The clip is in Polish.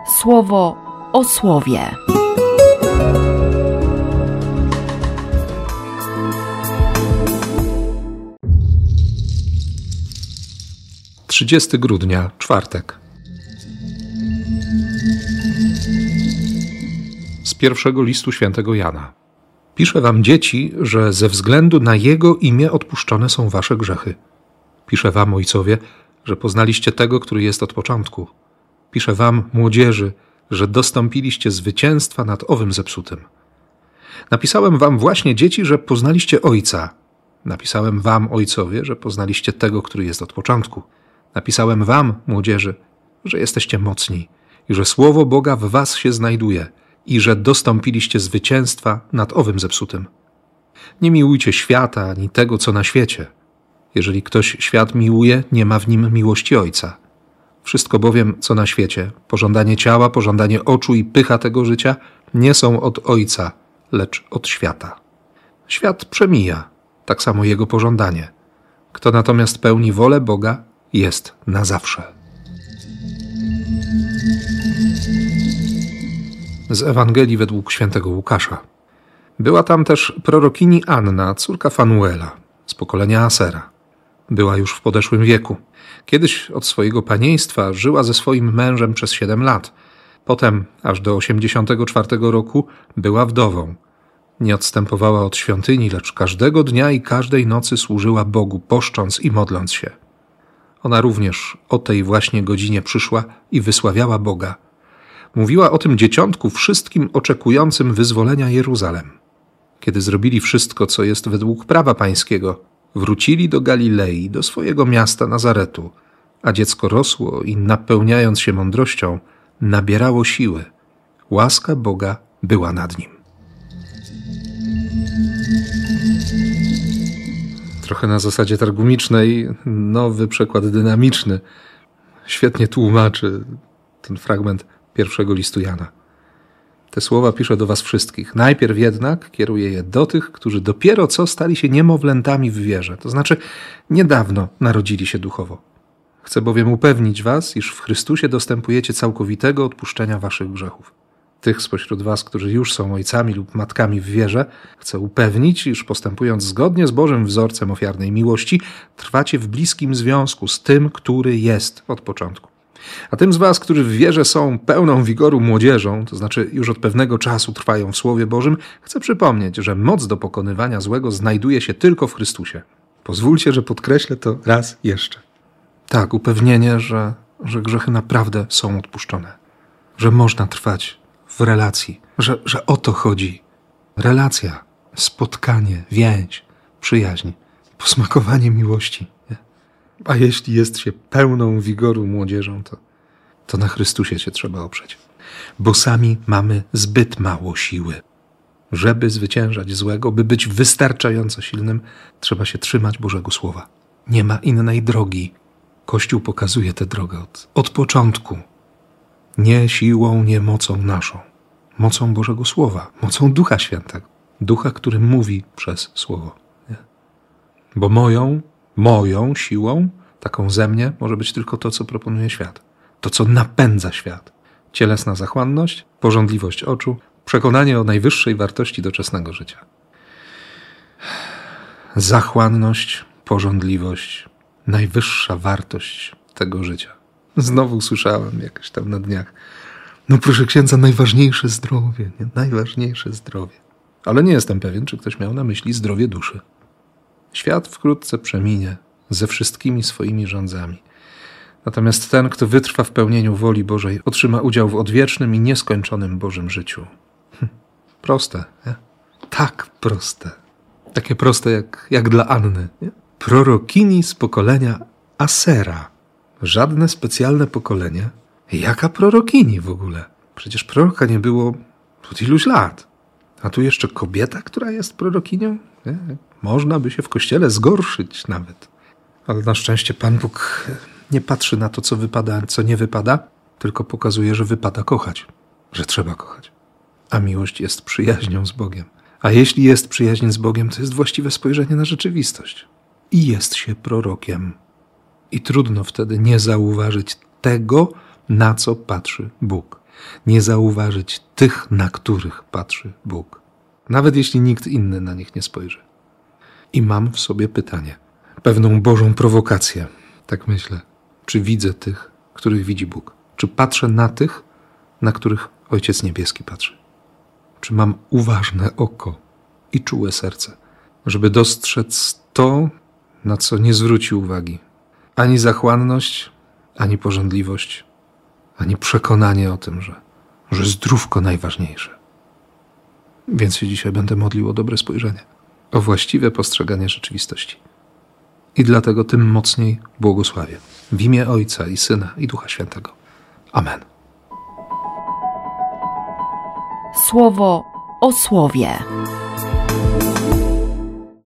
Słowo o słowie. Trzydziesty grudnia, czwartek. Z pierwszego listu świętego Jana. Piszę wam, dzieci, że ze względu na Jego imię odpuszczone są wasze grzechy. Piszę wam, ojcowie, że poznaliście tego, który jest od początku. Piszę wam, młodzieży, że dostąpiliście zwycięstwa nad owym zepsutym. Napisałem wam właśnie, dzieci, że poznaliście Ojca. Napisałem wam, ojcowie, że poznaliście tego, który jest od początku. Napisałem wam, młodzieży, że jesteście mocni i że Słowo Boga w was się znajduje i że dostąpiliście zwycięstwa nad owym zepsutym. Nie miłujcie świata ani tego, co na świecie. Jeżeli ktoś świat miłuje, nie ma w nim miłości Ojca. Wszystko bowiem, co na świecie, pożądanie ciała, pożądanie oczu i pycha tego życia, nie są od Ojca, lecz od świata. Świat przemija, tak samo jego pożądanie. Kto natomiast pełni wolę Boga, jest na zawsze. Z Ewangelii według świętego Łukasza. Była tam też prorokini Anna, córka Fanuela, z pokolenia Asera. Była już w podeszłym wieku. Kiedyś od swojego panieństwa żyła ze swoim mężem przez 7 lat. Potem, aż do 84 roku, była wdową. Nie odstępowała od świątyni, lecz każdego dnia i każdej nocy służyła Bogu, poszcząc i modląc się. Ona również o tej właśnie godzinie przyszła i wysławiała Boga. Mówiła o tym dzieciątku wszystkim oczekującym wyzwolenia Jeruzalem. Kiedy zrobili wszystko, co jest według prawa pańskiego, wrócili do Galilei, do swojego miasta Nazaretu, a dziecko rosło i napełniając się mądrością, nabierało siły. Łaska Boga była nad nim. Trochę na zasadzie targumicznej, nowy przekład dynamiczny. Świetnie tłumaczy ten fragment pierwszego listu Jana. Te słowa piszę do was wszystkich. Najpierw jednak kieruję je do tych, którzy dopiero co stali się niemowlętami w wierze, to znaczy niedawno narodzili się duchowo. Chcę bowiem upewnić was, iż w Chrystusie dostępujecie całkowitego odpuszczenia waszych grzechów. Tych spośród was, którzy już są ojcami lub matkami w wierze, chcę upewnić, iż postępując zgodnie z Bożym wzorcem ofiarnej miłości, trwacie w bliskim związku z tym, który jest od początku. A tym z was, którzy w wierze są pełną wigoru młodzieżą, to znaczy już od pewnego czasu trwają w Słowie Bożym, chcę przypomnieć, że moc do pokonywania złego znajduje się tylko w Chrystusie. Pozwólcie, że podkreślę to raz jeszcze. Tak, upewnienie, że grzechy naprawdę są odpuszczone. Że można trwać w relacji, że o to chodzi. Relacja, spotkanie, więź, przyjaźń, posmakowanie miłości. Nie? A jeśli jest się pełną wigoru młodzieżą, to na Chrystusie się trzeba oprzeć. Bo sami mamy zbyt mało siły. Żeby zwyciężać złego, by być wystarczająco silnym, trzeba się trzymać Bożego Słowa. Nie ma innej drogi. Kościół pokazuje tę drogę od początku. Nie siłą, nie mocą naszą. Mocą Bożego Słowa, mocą Ducha Świętego. Ducha, który mówi przez Słowo. Nie? Bo moją siłą, taką ze mnie, może być tylko to, co proponuje świat. To, co napędza świat. Cielesna zachłanność, pożądliwość oczu, przekonanie o najwyższej wartości doczesnego życia. Zachłanność, pożądliwość, najwyższa wartość tego życia. Znowu słyszałem jakoś tam na dniach. No proszę księdza, najważniejsze zdrowie, nie? Najważniejsze zdrowie. Ale nie jestem pewien, czy ktoś miał na myśli zdrowie duszy. Świat wkrótce przeminie ze wszystkimi swoimi rządzami. Natomiast ten, kto wytrwa w pełnieniu woli Bożej, otrzyma udział w odwiecznym i nieskończonym Bożym życiu. Proste, nie? Tak proste. Takie proste jak dla Anny. Nie? Prorokini z pokolenia Asera. Żadne specjalne pokolenie. Jaka prorokini w ogóle? Przecież proroka nie było od iluś lat. A tu jeszcze kobieta, która jest prorokinią? Nie? Można by się w kościele zgorszyć nawet. Ale na szczęście Pan Bóg nie patrzy na to, co wypada, co nie wypada, tylko pokazuje, że wypada kochać, że trzeba kochać. A miłość jest przyjaźnią z Bogiem. A jeśli jest przyjaźń z Bogiem, to jest właściwe spojrzenie na rzeczywistość. I jest się prorokiem. I trudno wtedy nie zauważyć tego, na co patrzy Bóg. nie zauważyć tych, na których patrzy Bóg, nawet jeśli nikt inny na nich nie spojrzy. I mam w sobie pytanie, pewną Bożą prowokację, tak myślę. Czy widzę tych, których widzi Bóg? Czy patrzę na tych, na których Ojciec Niebieski patrzy? Czy mam uważne oko i czułe serce, żeby dostrzec to, na co nie zwróci uwagi ani zachłanność, ani pożądliwość, ani przekonanie o tym, że zdrówko najważniejsze. Więc się dzisiaj będę modlił o dobre spojrzenie, o właściwe postrzeganie rzeczywistości. I dlatego tym mocniej błogosławię. W imię Ojca i Syna i Ducha Świętego. Amen. Słowo o słowie.